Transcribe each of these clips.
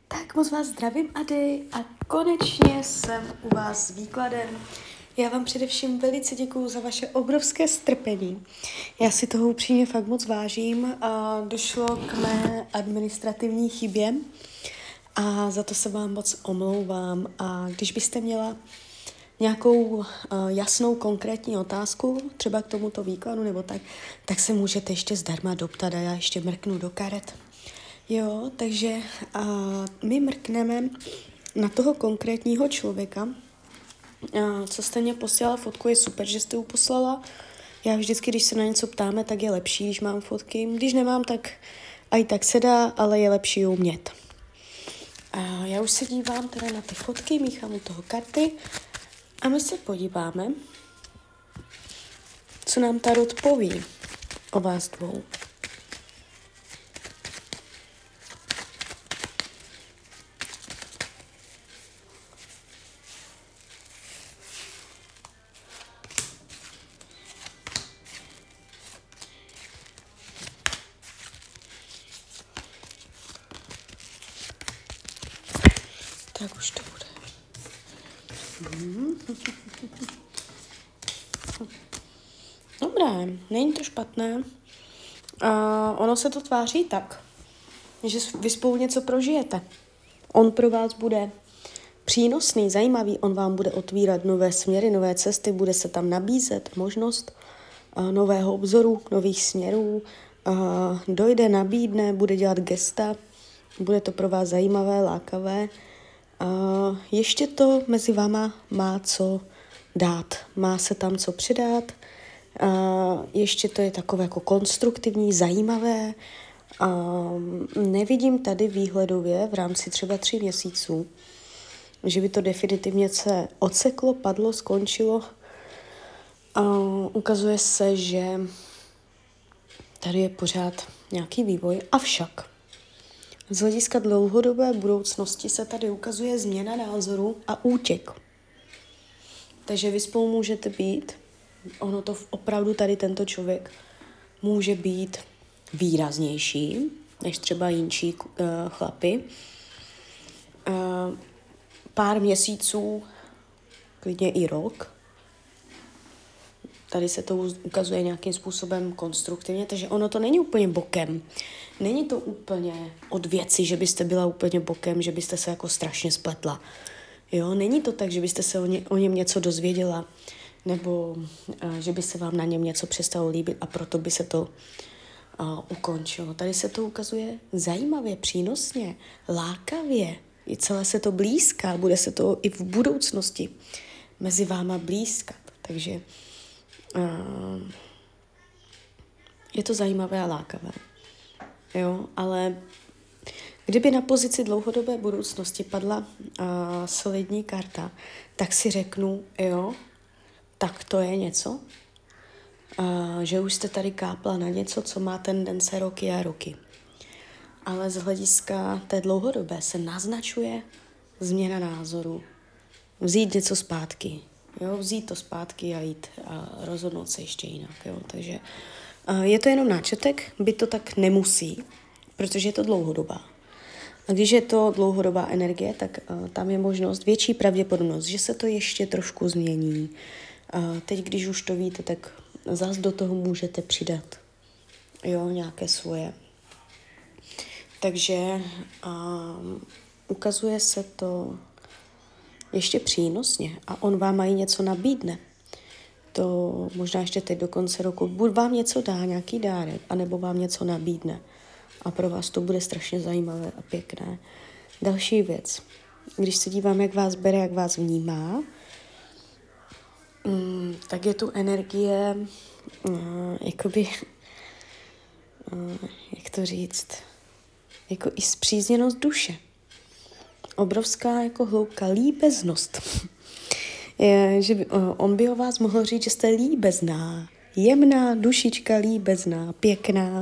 Tak moc vás zdravím, Ady, a konečně jsem u vás s výkladem. Já vám především velice děkuju za vaše obrovské strpení. Já si toho upřímně fakt moc vážím. Došlo k mé administrativní chybě a za to se vám moc omlouvám. A když byste měla nějakou jasnou, konkrétní otázku, třeba k tomuto výkladu nebo tak se můžete ještě zdarma doptat a já ještě mrknu do karet. Jo, takže my mrkneme na toho konkrétního člověka. Co jste mě posílala fotku, je super, že jste ji poslala. Já vždycky, když se na něco ptáme, tak je lepší, když mám fotky. Když nemám, tak i tak se dá, ale je lepší ji umět. Já už se dívám teda na ty fotky, míchám u toho karty a my se podíváme, co nám tarot poví o vás dvou. Tak už to bude. Dobré, není to špatné. Ono se to tváří tak, že vy spolu něco prožijete. On pro vás bude přínosný, zajímavý, on vám bude otvírat nové směry, nové cesty, bude se tam nabízet možnost nového obzoru, nových směrů, dojde, nabídne, bude dělat gesta, bude to pro vás zajímavé, lákavé. Ještě to mezi váma má co dát, má se tam co předat, ještě to je takové jako konstruktivní, zajímavé. Nevidím tady výhledově v rámci třeba 3 měsíců, že by to definitivně se odseklo, padlo, skončilo. Ukazuje se, že tady je pořád nějaký vývoj, avšak z hlediska dlouhodobé budoucnosti se tady ukazuje změna názoru a útěk. Takže vy spolu můžete být, ono to opravdu tady tento člověk může být výraznější než třeba jinší chlapi. Pár měsíců, klidně i rok. Tady se to ukazuje nějakým způsobem konstruktivně, takže ono to není úplně bokem. Není to úplně od věci, že byste byla úplně bokem, že byste se jako strašně spletla. Jo, není to tak, že byste se o něm něco dozvěděla, nebo že by se vám na něm něco přestalo líbit a proto by se to ukončilo. Tady se to ukazuje zajímavě, přínosně, lákavě. I celé se to blízká, bude se to i v budoucnosti mezi váma blízkat. Takže je to zajímavé a lákavé. Jo, ale kdyby na pozici dlouhodobé budoucnosti padla solidní karta, tak si řeknu, jo, tak to je něco, že už jste tady kápla na něco, co má tendence roky a roky. Ale z hlediska té dlouhodobé se naznačuje změna názoru. Vzít něco zpátky. Jo, vzít to zpátky a jít a rozhodnout se ještě jinak. Jo. Takže je to jenom náčetek, byť to tak nemusí, protože je to dlouhodobá. A když je to dlouhodobá energie, tak tam je možnost, větší pravděpodobnost, že se to ještě trošku změní. Teď, když už to víte, tak zas do toho můžete přidat nějaké svoje. Takže ukazuje se to ještě přínosně a on vám mají něco nabídne. To možná ještě teď do konce roku. Buď vám něco dá, nějaký dárek, anebo vám něco nabídne. A pro vás to bude strašně zajímavé a pěkné. Další věc. Když se dívám, jak vás bere, jak vás vnímá, tak je tu energie, jakoby, jak to říct, jako i spřízněnost duše. Obrovská jako hloubka, líbeznost. On by o vás mohl říct, že jste líbezná, jemná dušička, líbezná, pěkná.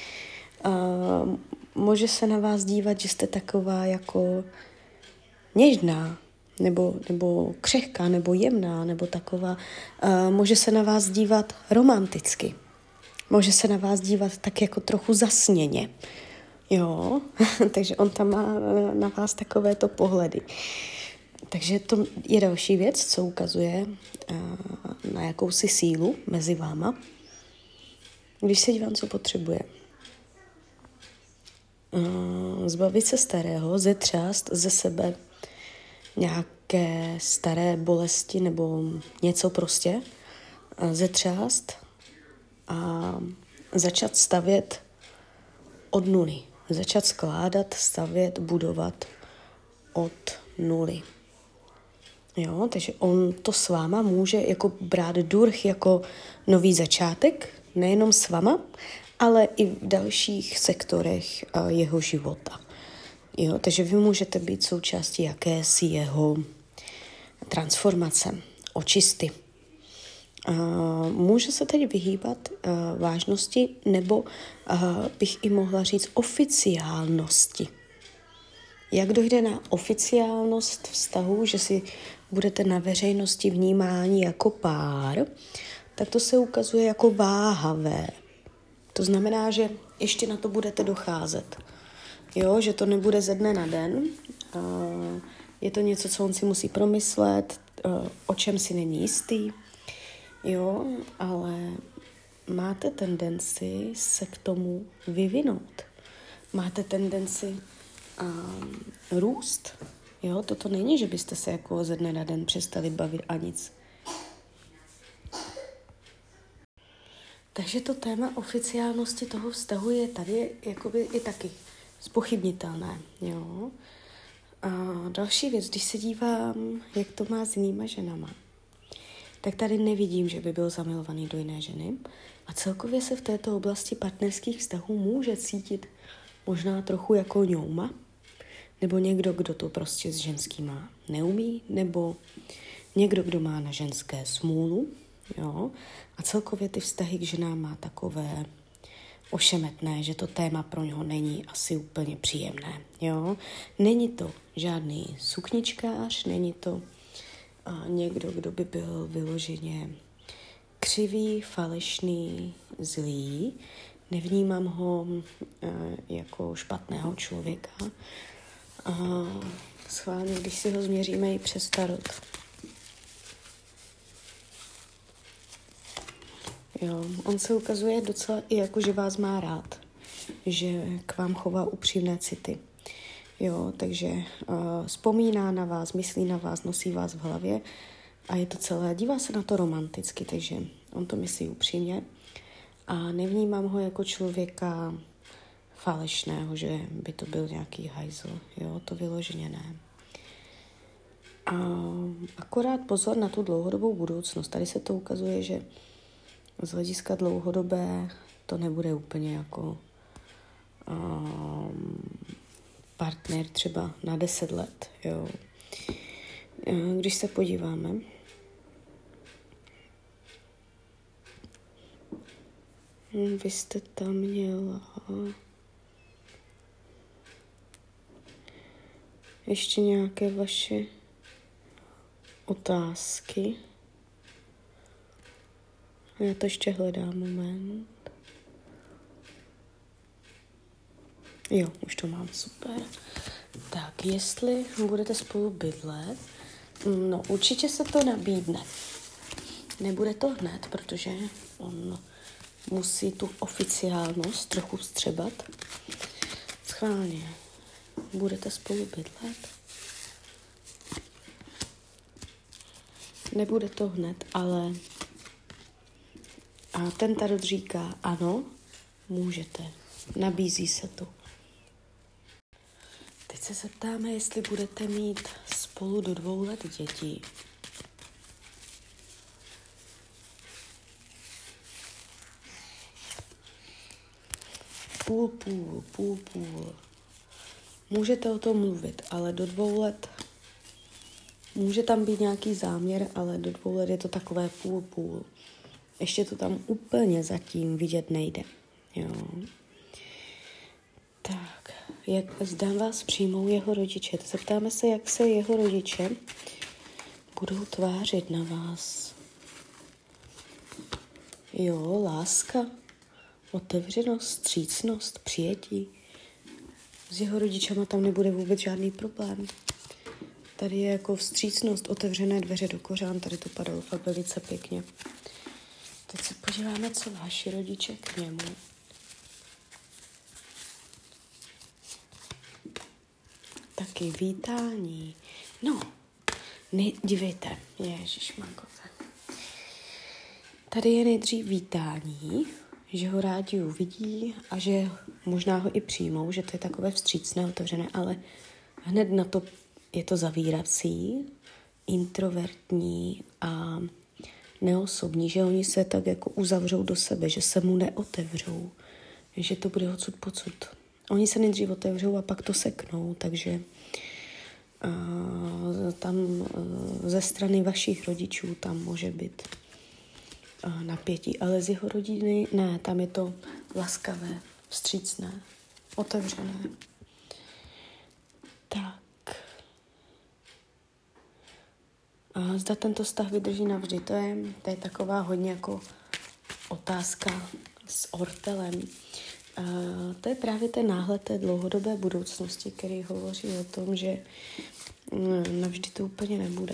Může se na vás dívat, že jste taková jako něžná, nebo křehká, nebo jemná, nebo taková. Může se na vás dívat romanticky. Může se na vás dívat tak jako trochu zasněně. Jo, takže on tam má na vás takovéto pohledy. Takže to je další věc, co ukazuje na jakousi sílu mezi váma. Když se dívám, co potřebuje. Zbavit se starého, zetřást ze sebe nějaké staré bolesti nebo něco prostě, zetřást a začat stavět od nuly. Začat skládat, stavět, budovat od nuly. Jo, takže on to s váma může jako brát durch jako nový začátek, nejenom s váma, ale i v dalších sektorech jeho života. Jo, takže vy můžete být součástí jakési jeho transformace, očisty. Může se teď vyhýbat vážnosti, nebo bych i mohla říct oficiálnosti. Jak dojde na oficiálnost vztahu, že si budete na veřejnosti vnímáni jako pár, tak to se ukazuje jako váhavé. To znamená, že ještě na to budete docházet. Jo, že to nebude ze dne na den. Je to něco, co on si musí promyslet, o čem si není jistý. Jo, ale máte tendenci se k tomu vyvinout. Máte tendenci růst. Jo, toto není, že byste se jako ze dne na den přestali bavit a nic. Takže to téma oficiálnosti toho vztahu je tady jakoby i taky zpochybnitelné. Jo. A další věc, když se dívám, jak to má s jinýma ženama, tak tady nevidím, že by byl zamilovaný do jiné ženy a celkově se v této oblasti partnerských vztahů může cítit možná trochu jako ňouma, nebo někdo, kdo to prostě s ženskýma neumí, nebo někdo, kdo má na ženské smůlu, jo, a celkově ty vztahy k ženám má takové ošemetné, že to téma pro něho není asi úplně příjemné, jo. Není to žádný sukničkář, není to někdo, kdo by byl vyloženě křivý, falešný, zlý. Nevnímám ho jako špatného člověka. Schválně, když si ho změříme i přes tarot. Jo, on se ukazuje docela i jako, že vás má rád. Že k vám chová upřímné city. Jo, takže vzpomíná na vás, myslí na vás, nosí vás v hlavě a je to celé, dívá se na to romanticky, takže on to myslí upřímně a nevnímám ho jako člověka falešného, že by to byl nějaký hajzl, jo, to vyloženě ne. A akorát pozor na tu dlouhodobou budoucnost, tady se to ukazuje, že z hlediska dlouhodobé to nebude úplně jako partner třeba na 10 let, jo. Když se podíváme, vy jste tam měla ještě nějaké vaše otázky. Já to ještě hledám moment. Jo, už to mám, super. Tak, jestli budete spolu bydlet, no určitě se to nabídne. Nebude to hned, protože on musí tu oficiálnost trochu vstřebat. Schválně. Budete spolu bydlet? Nebude to hned, ale a ten tarot říká ano, můžete. Nabízí se to. Teď se zeptáme, jestli budete mít spolu do 2 let děti. Půl. Můžete o tom mluvit, ale do 2 let může tam být nějaký záměr, ale do 2 let je to takové půl. Ještě to tam úplně zatím vidět nejde. Jo. Tak, jak zdám vás přijmou jeho rodiče. Zeptáme se, jak se jeho rodiče budou tvářit na vás. Jo, láska, otevřenost, vstřícnost, přijetí. S jeho rodičama tam nebude vůbec žádný problém. Tady je jako vstřícnost, otevřené dveře do kořán, tady to padalo fakt velice pěkně. Teď se podíváme, co vaši rodiče k němu. Taky vítání. No, dívejte, ježišmarko. Tady je nejdřív vítání, že ho rádi uvidí a že možná ho i přijmou, že to je takové vstřícné, otevřené, ale hned na to je to zavírací, introvertní a neosobní, že oni se tak jako uzavřou do sebe, že se mu neotevřou, že to bude odsud pocud. Oni se nejdřív otevřou a pak to seknou, takže tam ze strany vašich rodičů tam může být napětí, ale z jeho rodiny ne, tam je to laskavé, vstřícné, otevřené. Tak. A zda tento vztah vydrží navždy, to je taková hodně jako otázka s ortelem. To je právě ten náhled té dlouhodobé budoucnosti, který hovoří o tom, že navždy to úplně nebude.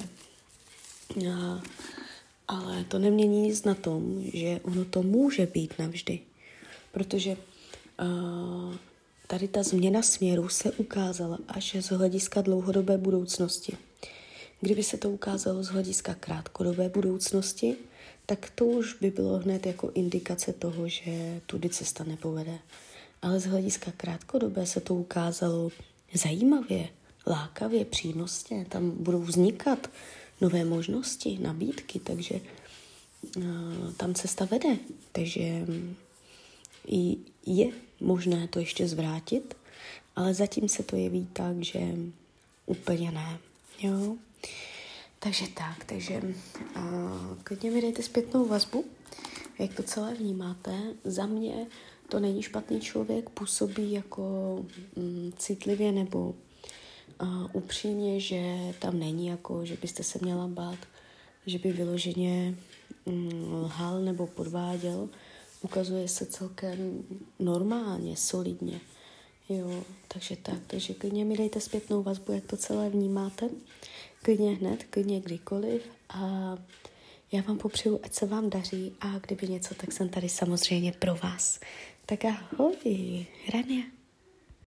Ale to nemění nic na tom, že ono to může být navždy. Protože tady ta změna směru se ukázala až z hlediska dlouhodobé budoucnosti. Kdyby se to ukázalo z hlediska krátkodobé budoucnosti, tak to už by bylo hned jako indikace toho, že tudy cesta nepovede. Ale z hlediska krátkodobé se to ukázalo zajímavě, lákavě, přínosně. Tam budou vznikat nové možnosti, nabídky, takže tam cesta vede. Takže je možné to ještě zvrátit, ale zatím se to jeví tak, že úplně ne. Jo? Takže klidně mi dejte zpětnou vazbu, jak to celé vnímáte. Za mě to není špatný člověk, působí jako citlivě nebo upřímně, že tam není jako, že byste se měla bát, že by vyloženě lhal nebo podváděl. Ukazuje se celkem normálně, solidně. Jo, takže klidně mi dejte zpětnou vazbu, jak to celé vnímáte. Klidně hned, klidně kdykoliv a já vám popřeju, ať se vám daří a kdyby něco, tak jsem tady samozřejmě pro vás. Tak ahoj, Rania.